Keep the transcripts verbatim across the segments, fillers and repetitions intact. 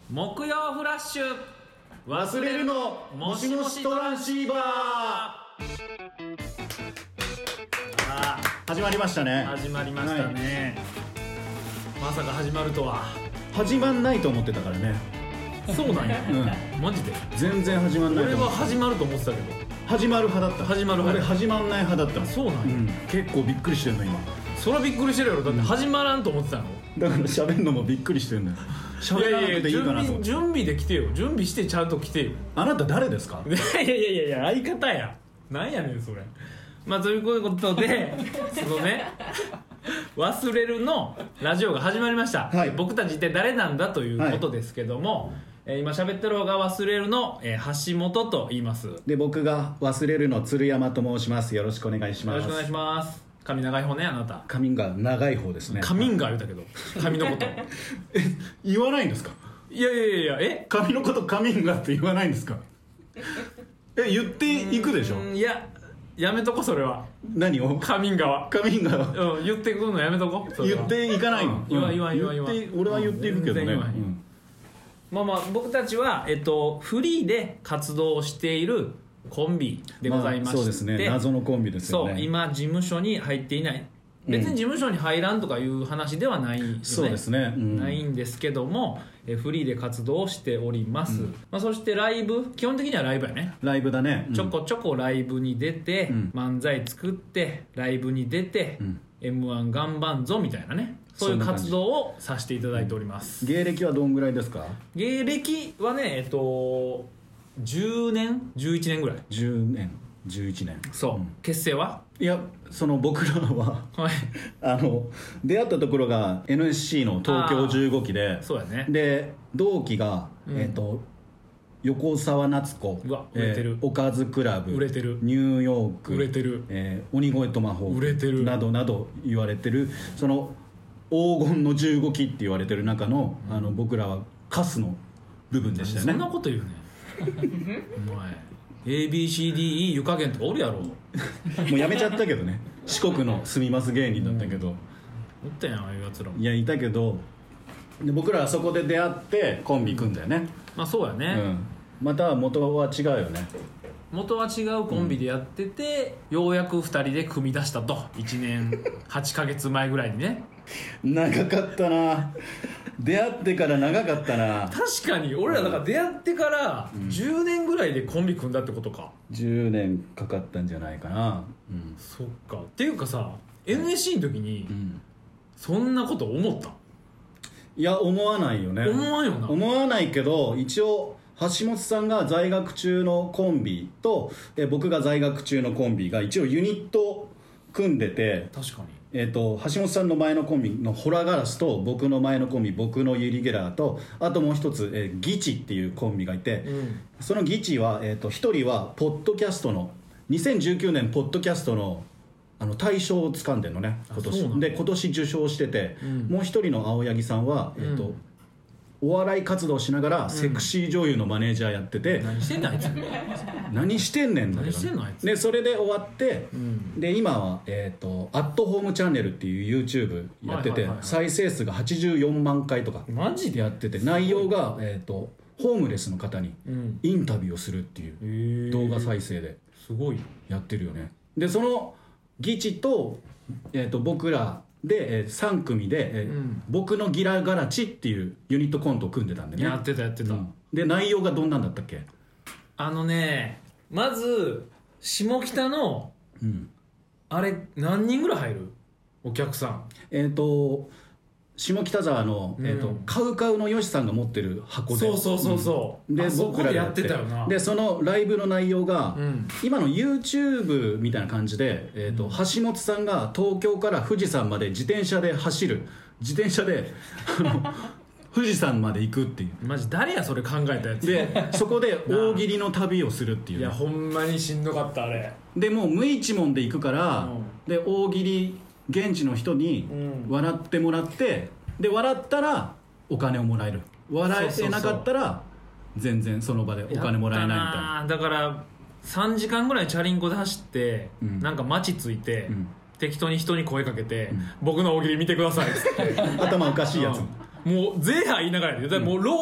木曜フラッシュ忘れるのもしもしトランシーバー。あ始まりましたね。 始まりましたね、はい、まさか始まるとは。 始まんないと思ってたからね。 そうなんや、うん、マジで全然始まんないと思ってた。 俺は始まると思ってたけど。 始まる派だった。 始まる派。 俺始まんない派だった。 そうなんや、 うん、結構びっくりしてるの今。 そりゃびっくりしてるやろ。だって始まらんと思ってたの、 うん、だから喋るのもびっくりしてるんだよ。喋らなくていいかなと。いやいや準備、 準備で来てよ。準備してちゃんと来てよ。 あなた誰ですか？ いやいやいやいや相方や。なんやねんそれ。まあということでそのね忘れるのラジオが始まりました、はい、僕たちって誰なんだということですけども、はい、えー、今喋ってる方が忘れるの、えー、橋本と言います。 で僕が忘れるの鶴山と申します。よろしくお願いします。 よろしくお願いします。髪長い方ねあなた。 髪が長い方ですね。 髪が言うたけど髪のことえ言わないんですか？ いやいやいやえ髪のこと髪がって言わないんですか？え言っていくでしょ。 いややめとこそれは。 何を？ 髪が髪が、 うん、言ってくるのやめとこ。 言っていかないの、うん、 言わ言わ言わ言わ俺は言っていくけどね、うん、 まあまあ僕たちは、えっと、フリーで活動しているコンビでございまして、まあ、 そうですね、謎のコンビですよね。 そう今事務所に入っていない。別に事務所に入らんとかいう話ではないよね、うん、 そうですね、うん、 ないんですけども、えフリーで活動しております、うん、まあ、そしてライブ、基本的にはライブやね。 ライブだね、うん、 ちょこちょこライブに出て、うん、漫才作ってライブに出て、うん、エムワン 頑張んぞみたいなね、そういう活動をさせていただいております。 芸歴はどんぐらいですか？ 芸歴はね、えっとじゅうねんじゅういちねんぐらい。 じゅうねんじゅういちねん。 そう、うん、結成は？ いやその僕らは、はい、あの出会ったところが エヌエスシー の東京じゅうごきで、 そうやね。で同期が、うん、えっと横澤夏子、 うわ売れてる、 えー、おかずクラブ、 売れてる、 ニューヨーク、 売れてる、 えー、鬼越トマホーク、 売れてるなどなど言われてる、その黄金のじゅうごきって言われてる中の、うん、あの僕らはカスの部分でしたよね。 そんなこと言うねお前エービーシーディーイー 湯加減とかおるやろもうやめちゃったけどね四国の住みます芸人だったけど、うん、 おったやんああいうやつらも。 いやいたけどで僕らはそこで出会ってコンビ組んだよね、うん、 まあそうやね、うん、 また元は違うよね。 元は違うコンビでやってて、うん、ようやくふたりで組み出したと。いちねんはちかげつまえぐらいにね長かったな出会ってから長かったな。 確かに俺らだから出会ってからじゅうねんぐらいでコンビ組んだってことか、 うん、じゅうねんかかったんじゃないかな、 うん、そっか。っていうかさ エヌエスシー の時に、うん、そんなこと思った？ いや思わないよね。 思わんよな。 思わないけど一応橋本さんが在学中のコンビとえ僕が在学中のコンビが一応ユニット組んでて、 確かに、 えー、と橋本さんの前のコンビのホラガラスと僕の前のコンビ僕のユリゲラーとあともう一つ、えー、ギチっていうコンビがいて、うん、そのギチは、えー、と一人はポッドキャストのにせんじゅうきゅうねんポッドキャストのあの大賞を掴んでるのね今年で、今年受賞してて、うん、もう一人の青柳さんは、えーとうんお笑い活動しながらセクシー女優のマネージャーやってて、 うん、何してんねんあいつ何してんねんだけど、ね、 何してんのあいつでそれで終わって、うん、で今は、えーと、アットホームチャンネルっていう YouTube やってて、はいはいはいはい、再生数がはちじゅうよんまんかいとかマジでやってて、内容が、えーと、ホームレスの方にインタビューをするっていう動画再生ですごいやってるよね。でそのギチと、えーと、僕らで、えー、さんくみで、えーうん、僕のギラガラチっていうユニットコントを組んでたんでね。 やってたやってた、うん、 で内容がどんなんだったっけ？ あのねまず下北の、うん、あれ何人ぐらい入るお客さん？ えっ、ー、と下北沢の、えーとうん、カウカウのヨシさんが持ってる箱で、 そうそうそうそう、うん、で僕らでやってたよな。 でそのライブの内容が、うん、今の YouTube みたいな感じで、えーとうん、橋本さんが東京から富士山まで自転車で走る自転車であの富士山まで行くっていう。 マジ誰やそれ考えたやつでそこで大喜利の旅をするっていう、ね、 いやほんまにしんどかったあれでもう無一文で行くから、うん、で大喜利現地の人に笑ってもらって、うん、で笑ったらお金をもらえる、笑えなかったら全然その場でお金もらえないみたいな。 だからさんじかんぐらいチャリンコで走って、うん、なんか街着いて、うん、適当に人に声かけて、うん、僕の大喜利見てくださいっつって頭おかしいやつもうゼーハー言いながらやで、もうロー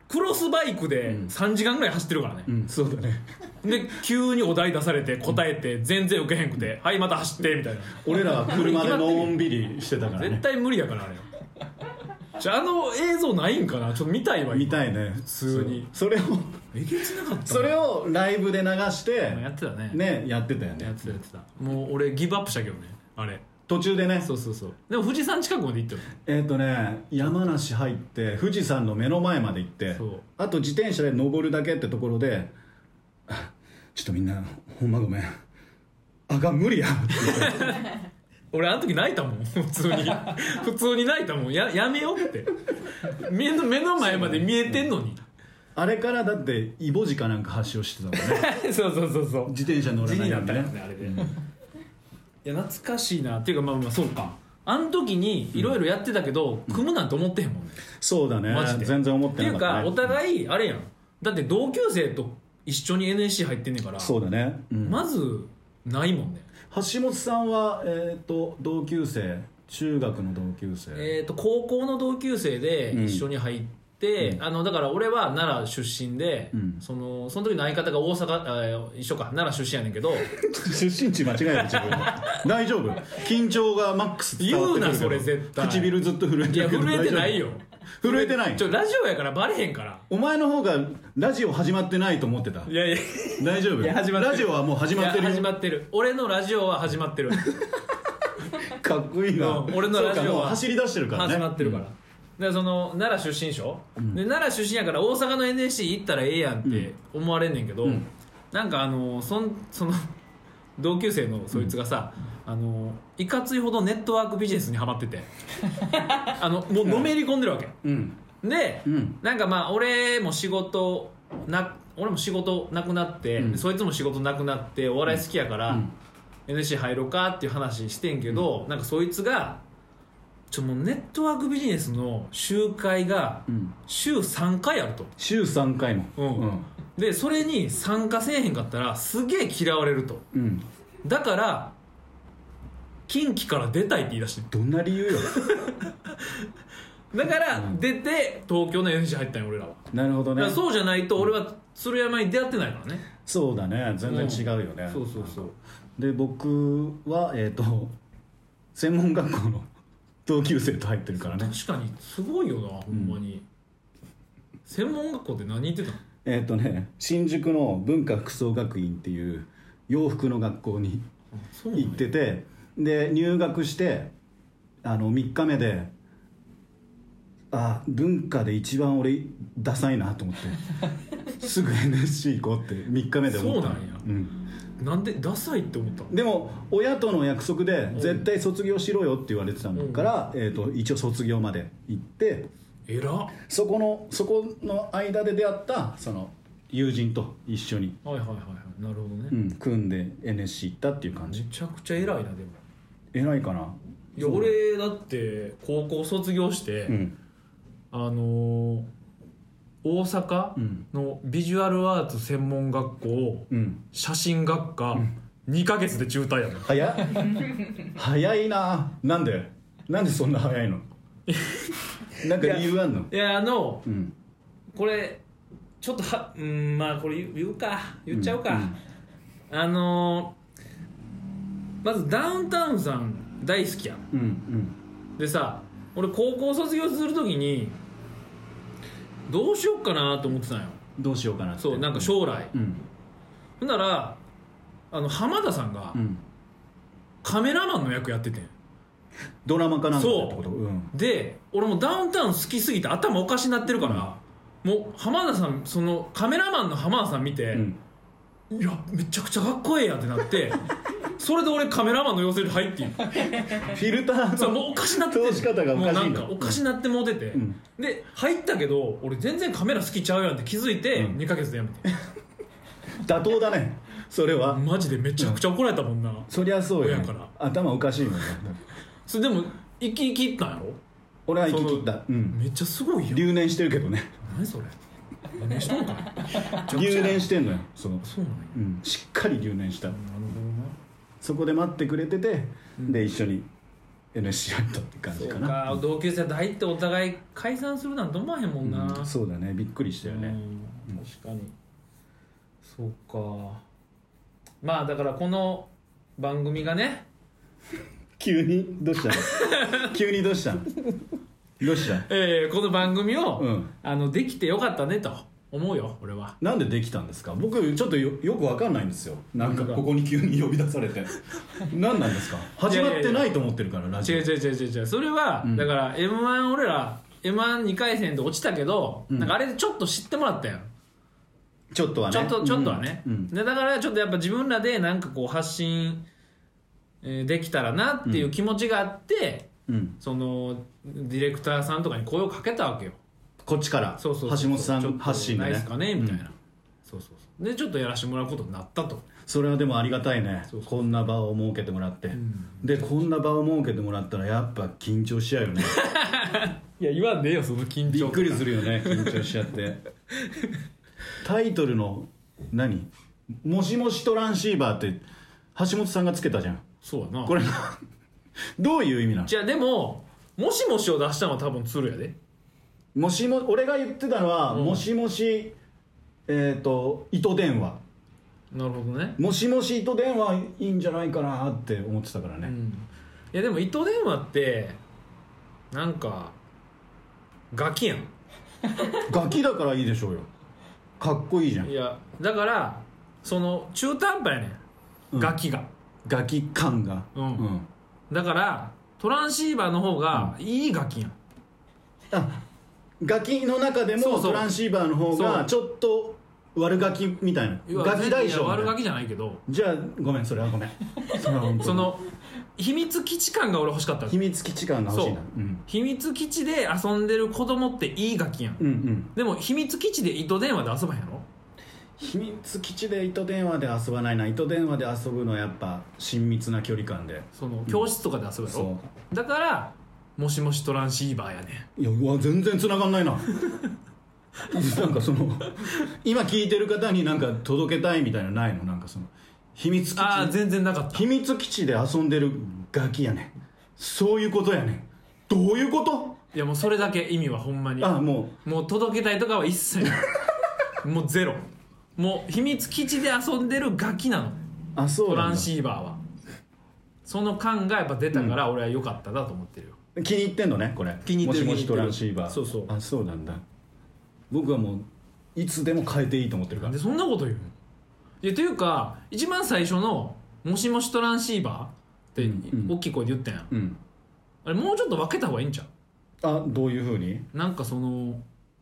クロスバイクでさんじかんぐらい走ってるからね、 うん、そうだね。 で急にお題出されて答えて全然受けへんくて、うん、はいまた走ってみたいな。 俺らは車でのんびりしてたからね。 絶対無理やからあれ。じゃあ、あの映像ないんかな、ちょっと見たいわ。 見たいね、 普通に。 それをえげつなかった。 それをライブで流してやってたね。 ね、やってたよね。 やってたやってた。もう俺ギブアップしたけどね、あれ途中でね。 そうそうそう。でも富士山近くまで行ったよ。 えっ、ー、とね山梨入って富士山の目の前まで行って、あと自転車で登るだけってところで、ちょっとみんなほんまごめん、あかん無理やって言って俺あの時泣いたもん、普通に普通に泣いたもん。 や, やめようって目の目の前まで見えてんのに。 あれからだってイボジかなんか発症してたもんねそうそうそうそう、 自転車乗らないようにね。 あれで、うん、いや懐かしいなっていうか、まあまあそうか、あの時にいろいろやってたけど、うん、組むなんて思ってへんもんね。 そうだね、マジで全然思ってなかった、ね、 っていうかお互いあれやん、だって同級生と一緒に エヌエスシー 入ってんねんから。 そうだね、うん、 まずないもんね。 橋本さんは、えー、と同級生、中学の同級生、 えー、と高校の同級生で一緒に入って、うん、あのだから俺は奈良出身で、うん、そのその時の相方が大阪、一緒か、奈良出身やねんけど出身地間違える自分大丈夫、緊張がマックス伝わってくるけど。 言うなそれ絶対。 唇ずっと震えてるけど。 いや震えてないよ震えてない。 ちょラジオやからバレへんから。 お前の方がラジオ始まってないと思ってた。 いやいや大丈夫。 いや始まってる。 ラジオはもう始まってるよ。 始まってる。俺のラジオは始まってるかっこいいな、 うん、俺のラジオは走り出してるからね、 始まってるから、うん、だからその奈良出身賞、うん、で奈良出身やから大阪の エヌエスシー 行ったらええやんって思われんねんけど、うん、なんかあのそんその同級生のそいつがさ、うん、あのいかついほどネットワークビジネスにハマっててあのもうのめり込んでるわけ、うん、で、うん、なんかまあ俺も仕事な俺も仕事なくなって、うん、そいつも仕事なくなってお笑い好きやから、うん、エヌエスシー 入ろうかっていう話してんけど、うん、なんかそいつがちょもうネットワークビジネスの集会が週さんかいあると、 週さんかいも、 うんうん、でそれに参加せえへんかったらすげえ嫌われると、うん、だから近畿から出たいって言い出して。 どんな理由よだから出て東京の エヌエスシー 入ったんよ俺らは。 なるほどね。 そうじゃないと俺は鶴山に出会ってないからね。 そうだね、全然違うよね、 うん、そうそうそう。 で僕はえっ、ー、と専門学校の同級生と入ってるからね。 確かにすごいよな、ほんまに、うん、専門学校って何言ってたの？ えっ、ー、とね新宿の文化服装学院っていう洋服の学校に行ってて、で入学してあのみっかめで、あ文化で一番俺ダサいなと思ってすぐ エヌエスシー 行こうってみっかめで思った。 そうなんや、うん、なんでダサいって思ったの？ でも親との約束で絶対卒業しろよって言われてたから、うん、えー、と一応卒業まで行って、 えらそこのそこの間で出会ったその友人と一緒に、 はいはいはいはい、なるほどね、 うん、組んで エヌエスシー 行ったっていう感じ。 めちゃくちゃ偉いな。でも偉いかな。 いや俺だって高校卒業して、うん、あのー、大阪のビジュアルアーツ専門学校、うん、写真学科、うん、にかげつで中退やねん。 早っ早いな。なんでなんでそんな早いのなんか理由あんの？ いやあの、うん、これちょっとはうんまあこれ言うか言っちゃうか、うんうん、あのー、まずダウンタウンさん大好きやん、うんうん、でさ俺高校卒業するときにどうしようかなと思ってたんよ。 どうしようかなって。 そうなんか将来、うん、ほんならあの浜田さんがカメラマンの役やっててん、 ドラマかなんかってこと。うん、で俺もダウンタウン好きすぎて頭おかしになってるから、うん、もう浜田さんそのカメラマンの浜田さん見て、うん、いやめちゃくちゃかっこええやんってなってそれで俺カメラマンの養成所入ってフィルターのもうおかしなって通し方がおかしいの。 もうなんかおかしなってもうてて、うん、で入ったけど俺全然カメラ好きちゃうやんって気づいて、うん、にかげつでやめて妥当だねそれは。 マジでめちゃくちゃ怒られたもんな、うん、 そりゃそうや、 親から頭おかしいもんねそれでも生き生きったんやろ。 俺は生き切った、うん、 めっちゃすごいよ。 留年してるけどね。 何それ留年しとんか留年してんのよ。そのそうなんや、 うん、しっかり留年した。 なるほどな。 そこで待ってくれてて、うん、で一緒にエヌエスシー 入ったって感じかな。 そうか、同級生と入ってお互い解散するなんて思わへんもんな、 うん、そうだね、びっくりしたよね、 うん、確かにそうか。まあだからこの番組がね急にどうしたの急にどうしたのどうした、 えー、この番組を、 うん、 あのできてよかったねと思うよ俺は。 なんでできたんですか？僕ちょっと よ, よくわかんないんですよ。なんかここに急に呼び出されて何なんですか？始まってないと思ってるからラジオ。 違う違う違う違う違う、それは、うん、だから エムワン 俺ら エムワンに 回戦で落ちたけど、うん、なんかあれでちょっと知ってもらったやん。 ちょっとはね、 ちょっとちょっとはね、 うん、 でだからちょっとやっぱ自分らでなんかこう発信、えー、できたらなっていう気持ちがあって、うん、そのディレクターさんとかに声をかけたわけよ、こっちから。そうそうそう、橋本さん発信でね、ないですかねみたいな、うん、そうそうそう、でちょっとやらせてもらうことになったと。 それはでもありがたいね。そうそうそう、こんな場を設けてもらって、うん、でこんな場を設けてもらったらやっぱ緊張しちゃうよねいや言わんでええよその緊張。 びっくりするよね緊張しちゃってタイトルの何もしもしトランシーバーって橋本さんがつけたじゃん。 そうやな。これどういう意味なの？ じゃあでももしもしを出したのは多分鶴やで。 もしも俺が言ってたのは、うん、もしもしえっ、ー、と糸電話。 なるほどね。 もしもし糸電話いいんじゃないかなって思ってたからね、うん、 いやでも糸電話ってなんかガキやんガキだからいいでしょうよ。かっこいいじゃん。 いやだからその中途半端やねん、うん、ガキがガキ感が、 うんうん、だからトランシーバーの方がいいガキやん、 うん、あガキの中でもそうそうトランシーバーの方がちょっと悪ガキみたいな。ガキ大将。 悪ガキじゃないけど。 じゃあごめん、それはごめんそのその秘密基地感が俺欲しかった。 秘密基地感が欲しいな、 うん、秘密基地で遊んでる子供っていいガキやん、うんうん、でも秘密基地で糸電話で遊ばへんやろ。 秘密基地で糸電話で遊ばないな。糸電話で遊ぶのはやっぱ親密な距離感で、 その教室とかで遊ぶやろ、うん、だからもしもしトランシーバーやねん。 いやうわ全然繋がんないななんかその今聞いてる方になんか届けたいみたいなのないの？なんかその秘密基地。 ああ全然なかった。 秘密基地で遊んでるガキやねん。そういうことやねん。どういうこと？ いやもうそれだけ意味はほんまに。 あもうもう届けたいとかは一切ないもうゼロ。もう秘密基地で遊んでるガキなの。 あそうなんだ。 トランシーバーはその感がやっぱ出たから俺は良かったなと思ってるよ、 うん、気に入ってんのねこれ。 気に入ってる。 もしもしトランシーバー。 そうそう。 あそうなんだ。僕はもういつでも変えていいと思ってるから。 でそんなこと言うの？いやというか一番最初のもしもしトランシーバーって大きい声で言ったやん、うんうん、あれもうちょっと分けた方がいいんちゃう？ あどういう風に？ なんかその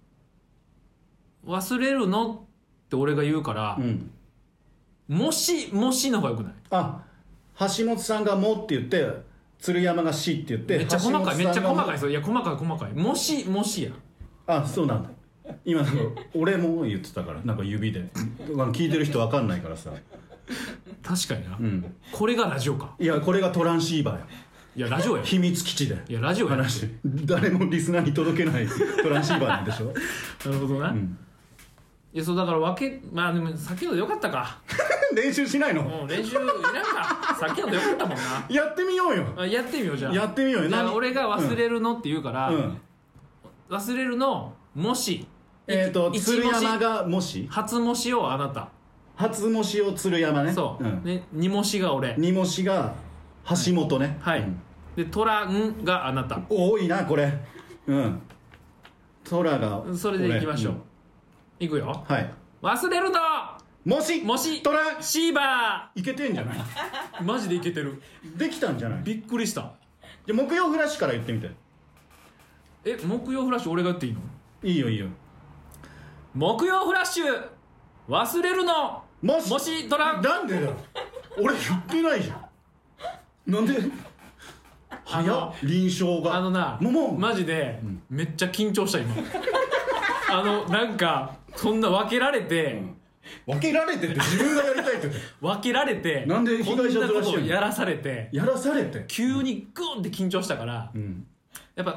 忘れるのって俺が言うから、うん、もしもしの方がよくない？ あ橋本さんがもって言って鶴山がしって言ってめっちゃ細かいめっちゃ細かいそういや細かい細かいもしもしや。 あそうなんだ。今俺も言ってたからなんか指で聞いてる人分かんないからさ。 確かにな、うん、これがラジオか。 いやこれがトランシーバーや。 いやラジオや秘密基地で。 いやラジオや話誰もリスナーに届けないトランシーバーなんでしょなるほどな、うん、いやそうだから分けまあでもさっきのでよかったか練習しないの？ もう練習いらんかさっきのでよかったもんなやってみようよ。 あやってみようじゃあやってみようよ。 じゃあ俺が忘れるのって言うから、うん、忘れるのもしえっ、ー、と鶴山がもし初もしをあなた初もしを鶴山ね。 そう、うん、ね二もしが俺二もしが橋本ね。 はい、はいうん、でトランがあなた。 多いなこれ。うんトラがそれでいきましょう、うん、いくよ。 はい。 忘れるのもしもしトラシーバーいけてんじゃないマジでいけてる。 できたんじゃない？ びっくりした。 じゃ木曜フラッシュから言ってみて。 え木曜フラッシュ俺が言っていいの？ いいよいいよ。 木曜フラッシュ忘れるのもしもしトラなんでだ俺言ってないじゃん。なんで早っ臨床が。 あのなももマジで、うん、めっちゃ緊張した今あのなんかそんな分けられて、 うん、分けられてって自分がやりたいって分けられてなんで被害者ずらしこんなことをやらされてやらされて急にグーンって緊張したから、うん、やっぱ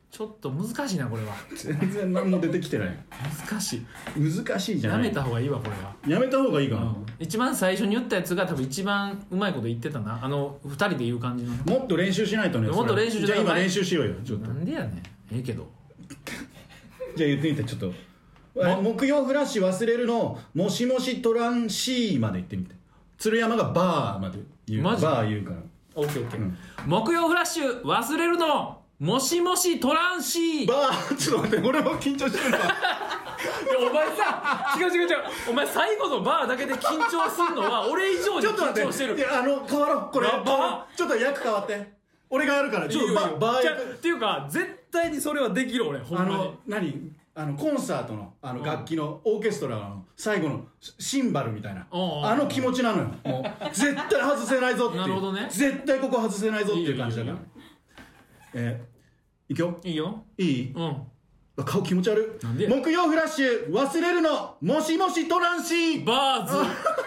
ちょっと難しいなこれは。 全然何も出てきてない。 難しい難しいじゃない。 やめた方がいいわこれは。 やめた方がいいかな、うん、 一番最初に言ったやつが多分一番うまいこと言ってたな。あのふたりで言う感じの。 もっと練習しないとね。 もっと練習しないと。 じゃあ今練習しようよちょっと。 なんでやねん。ええけどじゃあ言ってみてちょっと。木曜フラッシュ忘れるのもしもしトランシーまで言ってみて。鶴山がバーまで言う。マジバー言うから。 オッケーオッケー、うん、木曜フラッシュ忘れるのもしもしトランシーバー。ちょっと待って俺も緊張してるんだ。 お前さ違う違う違うお前最後のバーだけで緊張するのは俺以上に緊張してる。 いやあの変わろうこれ。バーちょっと役変わって俺がやるからちょっとバーバー役っていうか絶対にそれはできる俺ほんまに。あの何あのコンサートのあの楽器のオーケストラの最後のシンバルみたいなあの気持ちなのよ。もう絶対外せないぞっていう。 なるほどね。 絶対ここ外せないぞっていう感じだから。えー、いくよ。 いいよ。 いい？ うん。 顔気持ち悪い。なんで？木曜フラッシュ忘れるのもしもしトランシーバーズ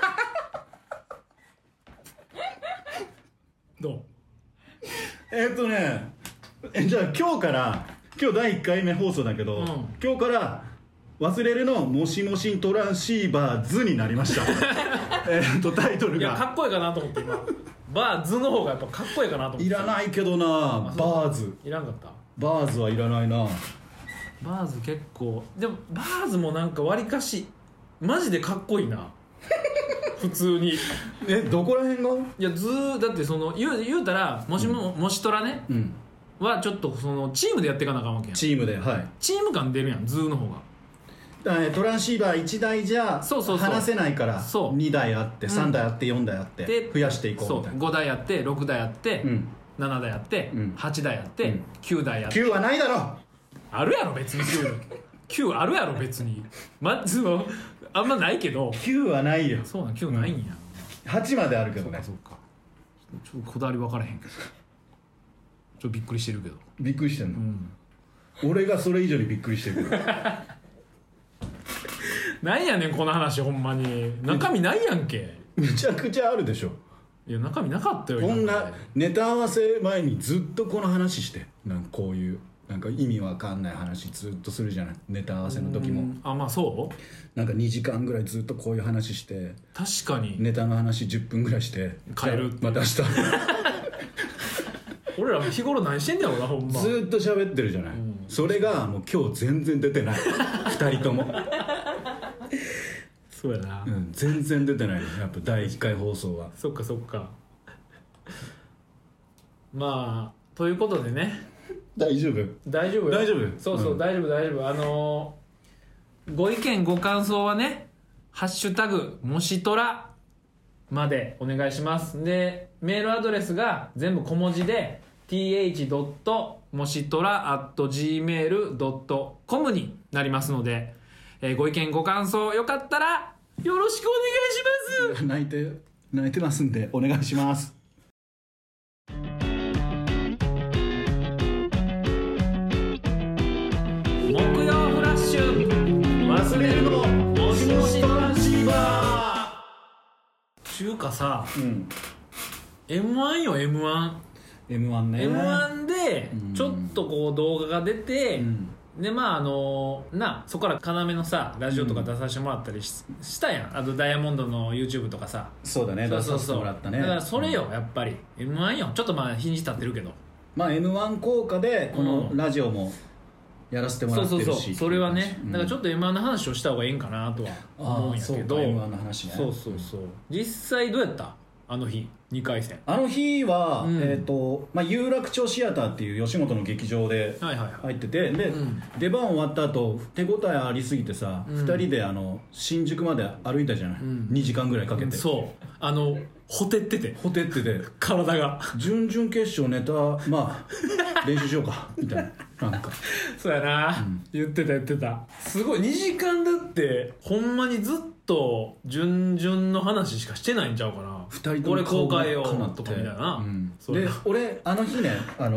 どう？ えーっとねえじゃあ今日から今日だいいっかいめ放送だけど、うん、今日から忘れるのもしもしトランシーバーズになりました。えっとタイトルがいやかっこいいかなと思って今バーズの方がやっぱかっこいいかなと思って。 いらないけどなバーズ。 いらんかった。 バーズはいらないな。 バーズ結構でもバーズもなんかわりかしマジでかっこいいな普通に。 えどこら辺が？ いやずーだってその言う、言うたらもしも、うん、もしトラね、うんはちょっとそのチームでやっていかなあかんわけやん。 チームではいチーム感出るやんズーの方が。 トランシーバーいちだいじゃ話せないからそうにだいあってさんだいあってよんだいあって増やしていこうみたいな。 ごだいあってろくだいあって、うん、ななだいあって、うん、はちだいあって、うん、きゅうだいあって。 きゅうはないだろ。 あるやろ別にきゅう。きゅうあるやろ別に。まそのあんまないけどきゅうはないよ。 そうなんきゅうないんや、 うん、はちまであるけどね。 そうかそうか。ちょっとこだわり分からへんけどちょっとびっくりしてるけど。 びっくりしてんの、うん、俺がそれ以上にびっくりしてるけど。 なんやねんこの話ほんまに中身ないやんけ。 めちゃくちゃあるでしょ。 いや中身なかったよ。 こんなネタ合わせ前にずっとこの話してなんかこういうなんか意味わかんない話ずっとするじゃないネタ合わせの時も。 あまあそうなんかにじかんぐらいずっとこういう話して確かにネタの話じゅっぷんぐらいして帰るまた明日。 俺ら日頃何してんねやろなほんま。 ずっと喋ってるじゃない、うん、それがもう今日全然出てない。ふたりともそうやな、 うん、全然出てないやっぱだいいっかい放送は。 そっかそっか。まあということでね大丈夫大丈夫大丈夫そうそう、うん、大丈夫大丈夫。あのー、ご意見ご感想はねハッシュタグもしトラまでお願いします。でメールアドレスが全部小文字で ティーエイチ もしトラ アットジーメール ドットコム になりますので、えー、ご意見ご感想よかったらよろしくお願いします。 泣いて泣いてますんでお願いします。 木曜フラッシュ忘れるのもしもしトランシーバーちゅうかさ、うん、エムワン よ エムワンエムワン ねエムワン でちょっとこう動画が出て、うん、でまああのなそこから要のさラジオとか出させてもらったり し,、うん、したやん。あとダイヤモンドの YouTube とかさ。 そうだねそうそうそう出させてもらったね。 だからそれよ、うん、やっぱり エムワン よ。ちょっとまあ日にち経ってるけどまあ エムワン 効果でこのラジオもやらせてもらってるし、 そうそうそうそれはね、うん、だからちょっと エムワン の話をした方がいいんかなとは思うんやけど。 エムワン の話ね。 そうそうそう。実際どうやったあの日にかい戦。 あの日は、うんえーとまあ、有楽町シアターっていう吉本の劇場で入ってて、はいはいはい、で、うん、出番終わった後手応えありすぎてさ、うん、ふたりであの新宿まで歩いたじゃない、うん、にじかんぐらいかけて、うん、 そうあのほてっててほてってて体が準々決勝ネタまあ練習しようかみたいななんかそうやな、うん、言ってた言ってた。すごいにじかんだってほんまにずっと準々の話しかしてないんちゃうかな。 ふたりともこれ公開よとかみたいな、 うん、で俺あの日ねあの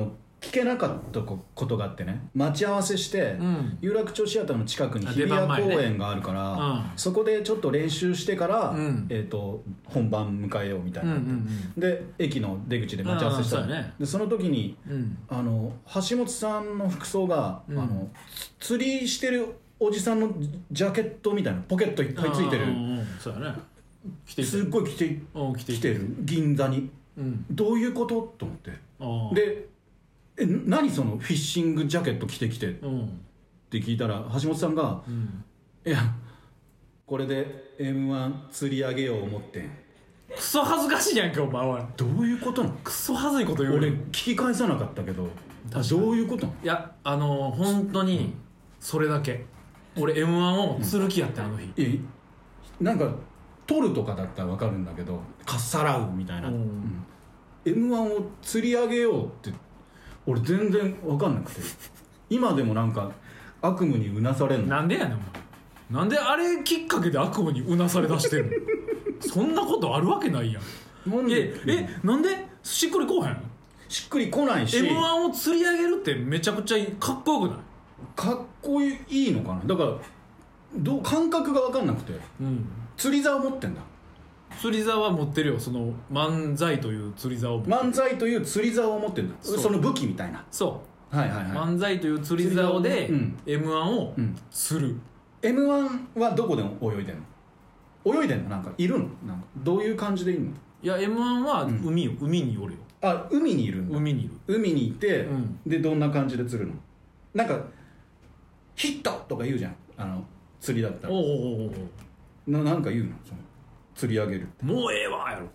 聞けなかったことがあってね、待ち合わせして、うん、有楽町シアターの近くに日比谷公園があるから、ねうん、そこでちょっと練習してから、うんえー、と本番迎えようみたいな、うんうんうん、で駅の出口で待ち合わせしたら、ね、でその時に、うん、あの橋本さんの服装が、うん、あの釣りしてるおじさんのジャケットみたいなポケットいっぱいついてる、うんうん、そうやね、着ていてすっごい着て着て着てる銀座に、うん、どういうことと思ってでえ何そのフィッシングジャケット着てきてって聞いたら橋本さんが、うん、いやこれで エムワン 釣り上げよう思ってん。 クソ恥ずかしいやんけお前は。 どういうことなの？ クソ恥ずいこと言う。 俺聞き返さなかったけどどういうことなの？ いやあの本当にそれだけ、うん、俺 エムワン を釣る気やって、うん、あの日いなんか取るとかだったら分かるんだけどかっさらうみたいな、うん、エムワン を釣り上げようって俺全然分かんなくて今でもなんか悪夢にうなされんの。 なんでやねんお前。なんであれきっかけで悪夢にうなされだしてるのそんなことあるわけないやん。なんでええなんでしっくりこうへん。 しっくりこないしエムワン を釣り上げるってめちゃくちゃかっこよくない？ かっこいいのかな。だからどう感覚が分かんなくて、うん、釣り竿持ってんだ。 釣り竿は持ってるよ。その漫才という釣り竿を持ってる。 漫才という釣り竿を持ってるんだ。 そ, その武器みたいな。 そう、はいはいはい、漫才という釣り竿で エムワン を釣る、うん、エムワンはどこでも泳いでんの？泳いでんの？なんかいるの？なんかどういう感じでいるの？ いや エムワン は海よ、うん、海におるよ。 あ、海にいるんだ。 海にいる。 海にいて、うん、でどんな感じで釣るの？なんかヒットとか言うじゃん、あの釣りだったら。おうおうおうおうな、なんか言うの？その釣り上げるって。 もうええわやろ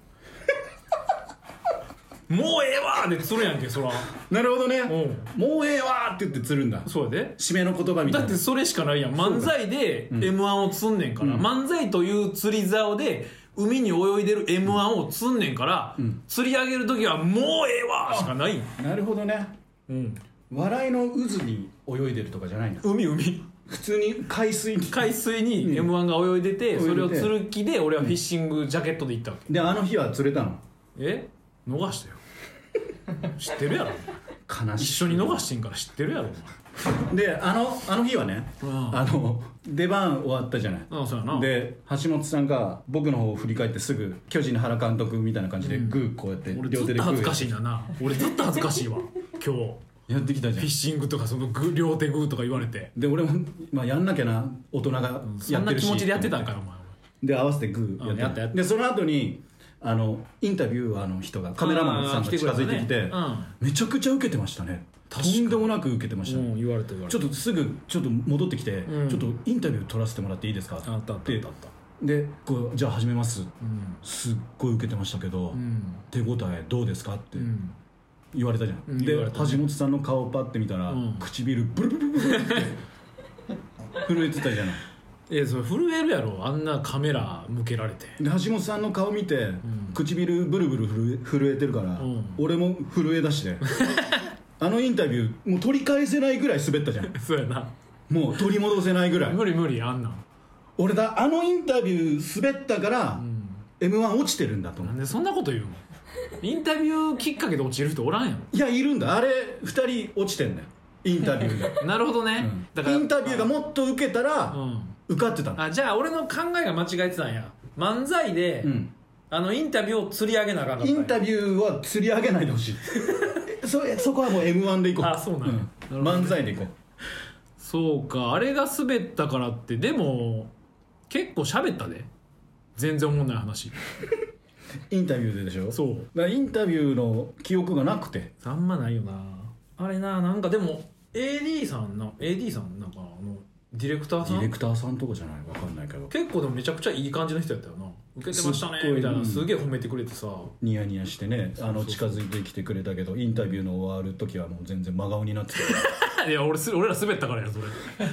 もうええわーで釣るやんけそら。 なるほどね。もうええわーって言って釣るんだ。 そうやで。 締めの言葉みたいな。 だってそれしかないやん。漫才で エムワン を釣んねんから、うん、漫才という釣り竿で海に泳いでる エムワン を釣んねんから、うん、釣り上げる時はもうええわーしかないん。 なるほどね。うん。笑いの渦に泳いでるとかじゃないんだ。 海海普通に海水に海水に エムワン が泳いでて、うん、それを釣る気で俺はフィッシングジャケットで行ったわけ。 であの日は釣れたの？ え逃したよ知ってるやろ。悲しい。一緒に逃してんから知ってるやろ。 であのあの日はね、うん、あの出番終わったじゃない。ああそうやな。で橋本さんが僕の方を振り返ってすぐ巨人の原監督みたいな感じでグーこうやって両手でグー、俺ずっと恥ずかしいんだな。俺ずっと恥ずかしいわ今日やってきたじゃん。 フィッシングとかそのグ両手グーとか言われて。 で俺も、まあ、やんなきゃな大人がやってるし、 そんな気持ちでやってたんかよお前。 で合わせてグーやって、やったやった。でその後にあのインタビューの人がカメラマンさんが近づいてきて、ねうん、めちゃくちゃ受けてましたね。とんでもなく受けてました、ねうん、 言われて言われて。 ちょっとすぐちょっと戻ってきて、うん、ちょっとインタビュー取らせてもらっていいですかって。あったあったあった。でこうじゃあ始めます、うん、すっごい受けてましたけど、うん、手応えどうですかって言われたじゃん、うん、で、ね、橋本さんの顔をパッて見たら、うん、唇ブルブルブルって震えてたじゃない。 えそれ震えるやろあんなカメラ向けられて。 で橋本さんの顔見て、うん、唇ブルブル震え、震えてるから、うん、俺も震え出してあのインタビューもう取り返せないぐらい滑ったじゃんそうやな。 もう取り戻せないぐらい。 無理無理あんなん。 俺だあのインタビュー滑ったから、うん、エムワン 落ちてるんだと思う。 なんでそんなこと言うの？インタビューきっかけで落ちる人おらんやん。 いやいるんだ。あれふたり落ちてんだよインタビューでなるほどね、うん、 だからインタビューがもっと受けたら、うん、受かってたの。 あじゃあ俺の考えが間違えてたんや。漫才で、うん、あのインタビューを釣り上げなあかんかったんや。 インタビューは釣り上げないでほしいそ, そこはもう エムワン でいこう。 あそうなんや、 うん、漫才でいこう。 そうかあれが滑ったからってでも結構喋ったで全然思んない話インタビューででしょ。 そうだからインタビューの記憶がなくてあんまないよなあれな。なんかでも エーディー さんな エーディー さんなんかあのディレクターさんディレクターさんとかじゃないわかんないけど結構でもめちゃくちゃいい感じの人やったよな。受けてましたねみたいなすげえ褒めてくれてさニヤニヤしてねあの近づいてきてくれたけどインタビューの終わる時はもう全然真顔になってたいや 俺, 俺ら滑ったからやそれ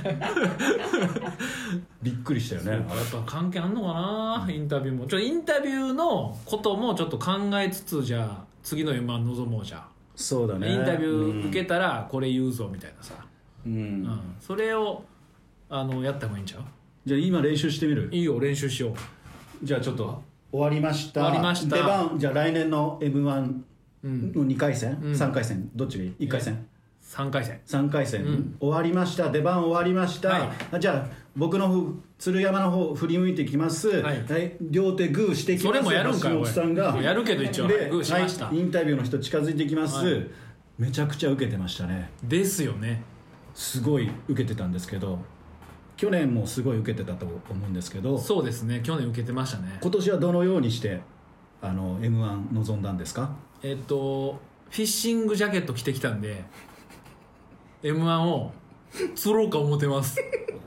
びっくりしたよね。 やっぱ関係あんのかな、うん、インタビューもちょインタビューのこともちょっと考えつつじゃあ次の エムワン 望もうじゃん。 そうだね。 インタビュー受けたらこれ言うぞみたいなさ、うんうん、それをあのやった方がいいんちゃう。 じゃあ今練習してみる。 いいよ練習しよう。 じゃあちょっと終わりました。 終わりました。 出番じゃあ来年の エムワンのにかい戦、うん、さんかい戦どっちがいいいっかい戦さんかい戦さんかい戦、うん、終わりました。出番終わりました、はい、じゃあ僕の方鶴山の方振り向いてきます、はいはい、両手グーしてきます。 それもやるんかい。 橋本さんがやるけど一応でグーしました、 はい、インタビューの人近づいてきます、はい、めちゃくちゃ受けてましたね。 ですよね。 すごい受けてたんですけど、去年もすごい受けてたと思うんですけど。 そうですね、去年受けてましたね。 今年はどのようにしてあの エムワン 臨んだんですか？ えっとフィッシングジャケット着てきたんでエムワン を釣ろうか思ってます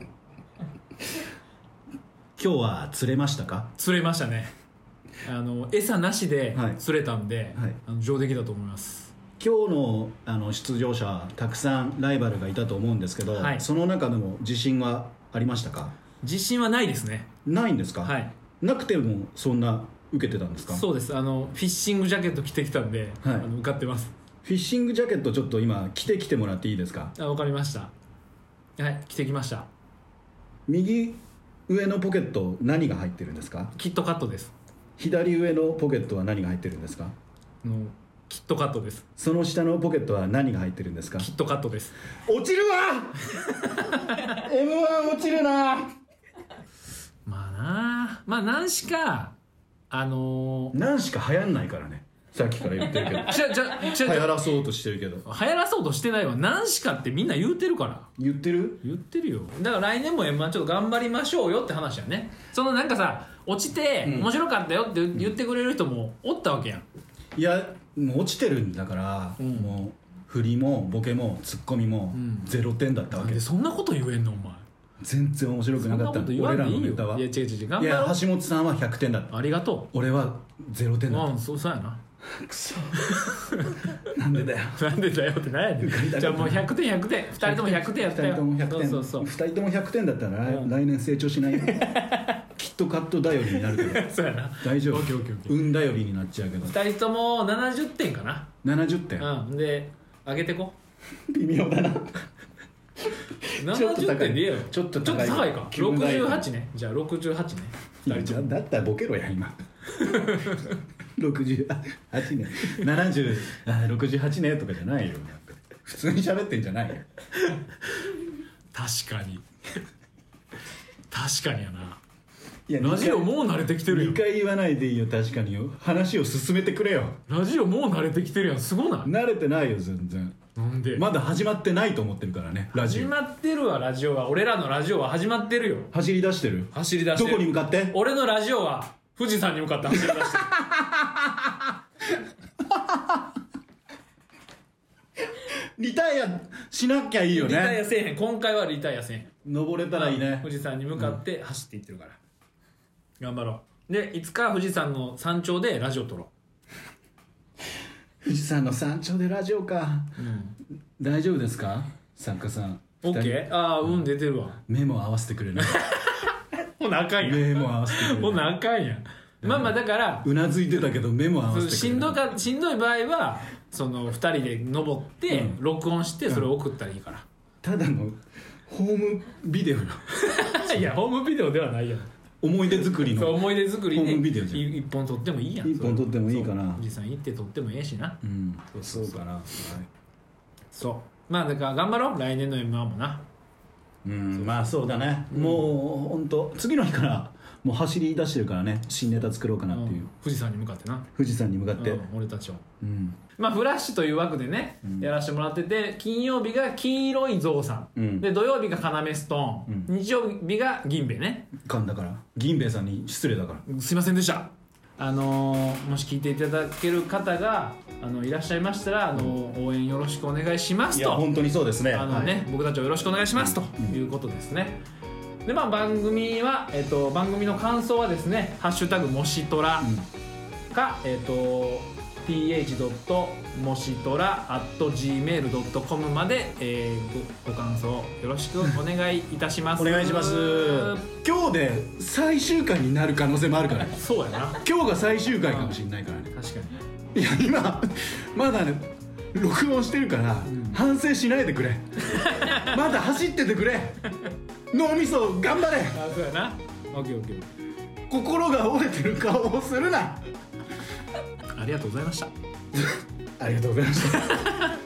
今日は釣れましたか？ 釣れましたね。あの餌なしで釣れたんで、はいはい、あの上出来だと思います。 今日 の, あの出場者たくさんライバルがいたと思うんですけど、はい、その中でも自信はありましたか？ 自信はないですね。 ないんですか？ はい。 なくてもそんな受けてたんですか？ そうです。あのフィッシングジャケット着てきたんで、はい、あの受かってます。 フィッシングジャケットちょっと今着てきてもらっていいですか？ あ、分かりました。はい着てきました。 右上のポケット何が入ってるんですか？ キットカットです。 左上のポケットは何が入ってるんですか？ のキットカットです。 その下のポケットは何が入ってるんですか？ キットカットです。 落ちるわエムワン 落ちるな。 まあなまあ何しかあのー、 何しか流行んないからね。さっきから言ってるけどじゃじゃじゃ流行らそうとしてるけど流行らそうとしてないわ。何しかってみんな言うてるから。 言ってる言ってるよ。だから来年も エムワン ちょっと頑張りましょうよって話やね。そのなんかさ落ちて面白かったよって言ってくれる人もおったわけやん、うん、 いやもう落ちてるんだから、うん、もう振りもボケもツッコミもゼロてんだったわけ、 うん、なんでそんなこと言えんのお前。 全然面白くなかった。俺らのネタは。 いや違う違う違う頑張ろう。 いや橋本さんはひゃくてんだった。 ありがとう。俺はゼロてんだった。 うんそうそうやな。 くそなんでだよなんでだよって何やねん。じゃあもうひゃくてんひゃくてんふたりともひゃくてんやったよ。ふたりともひゃくてん。そうそうそうふたりともひゃくてんだったら来、うん、来年成長しないよきっとカット頼りになるからそうやな大丈夫。 オッケーオッケーオッケー。 運頼りになっちゃうけどふたりともななじゅってんかな。 ななじゅってん。 うんで上げてこ微妙だなななじゅってんでいいよ。 ちょっと高い。 ちょっと高いか。ろくじゅうはちね。じゃあろくじゅうはちね。 だったらボケろや今ろくじゅうはちねななじゅうあろくじゅうはちねとかじゃないよ。普通に喋ってんじゃないよ。 確かに確かにやな。いやラジオもう慣れてきてるよ。 にかい言わないでいいよ。確かによ。話を進めてくれよ。 ラジオもう慣れてきてるやん。すごない？ 慣れてないよ全然。 なんで？ まだ始まってないと思ってるからねラジオ。 始まってるわラジオは。俺らのラジオは始まってるよ。 走り出してる。 走り出してる。 どこに向かって？ 俺のラジオは富士山に向かって走り出してるリタイアしなきゃいいよね。 リタイアせえへん。今回はリタイアせえへん。 登れたらいいね。 富士山に向かって走っていってるから、うん、頑張ろう。でいつか富士山の山頂でラジオ撮ろう。 富士山の山頂でラジオか、うん、大丈夫ですか作家さん。 OK？ ああうん出てるわ。 目も合わせてくれるほなあかんやん。 目も合わせてくれる。 ほなあかんやん。まあまあだからうなずいてたけど目も合わせてくれる。 しんどかしんどい場合はそのふたりで登って録音してそれを送ったらいいから、うん、 ただのホームビデオよいやホームビデオではないやん。 思い出作りの。 そう思い出作りでホームビデオじゃん。 一本撮ってもいいやん。 一本撮ってもいいかな。 富士山行って撮ってもええしな。 うんそうかな、はい、 そうまあだから頑張ろう来年の エムワン もな。 うんまあそうだね、うん、もう本当次の日からもう走り出してるからね。新ネタ作ろうかなっていう、うん、 富士山に向かってな。 富士山に向かって、うん、 俺たちを、 うん、 まあフラッシュという枠でね、うん、やらせてもらってて金曜日が黄色いゾウさん、うん、で土曜日が要ストーン、うん、日曜日が銀兵衛ね。 かんだから銀兵衛さんに失礼だから。 すいませんでした。あのー、もし聞いていただける方があのいらっしゃいましたらあのー、応援よろしくお願いしますと。 いや本当にそうですね。 あのね、 はい、 僕たちをよろしくお願いしますということですね。でまあ番組は、えっと、番組の感想はですねハッシュタグもしトラか、うん、えっと ティーエイチ もしトラ アット ジーメール ドットコム まで、えー、ご, ご感想よろしくお願いいたしますお願いします。今日で最終回になる可能性もあるからね。 そうやな。 今日が最終回かもしれないからね。 確かに。 いや今まだね録音してるから、うん、反省しないでくれまだ走っててくれ脳みそ頑張れ。 あそうやな。オッケーオッケー。 心が折れてる顔をするな。 ありがとうございましたありがとうございました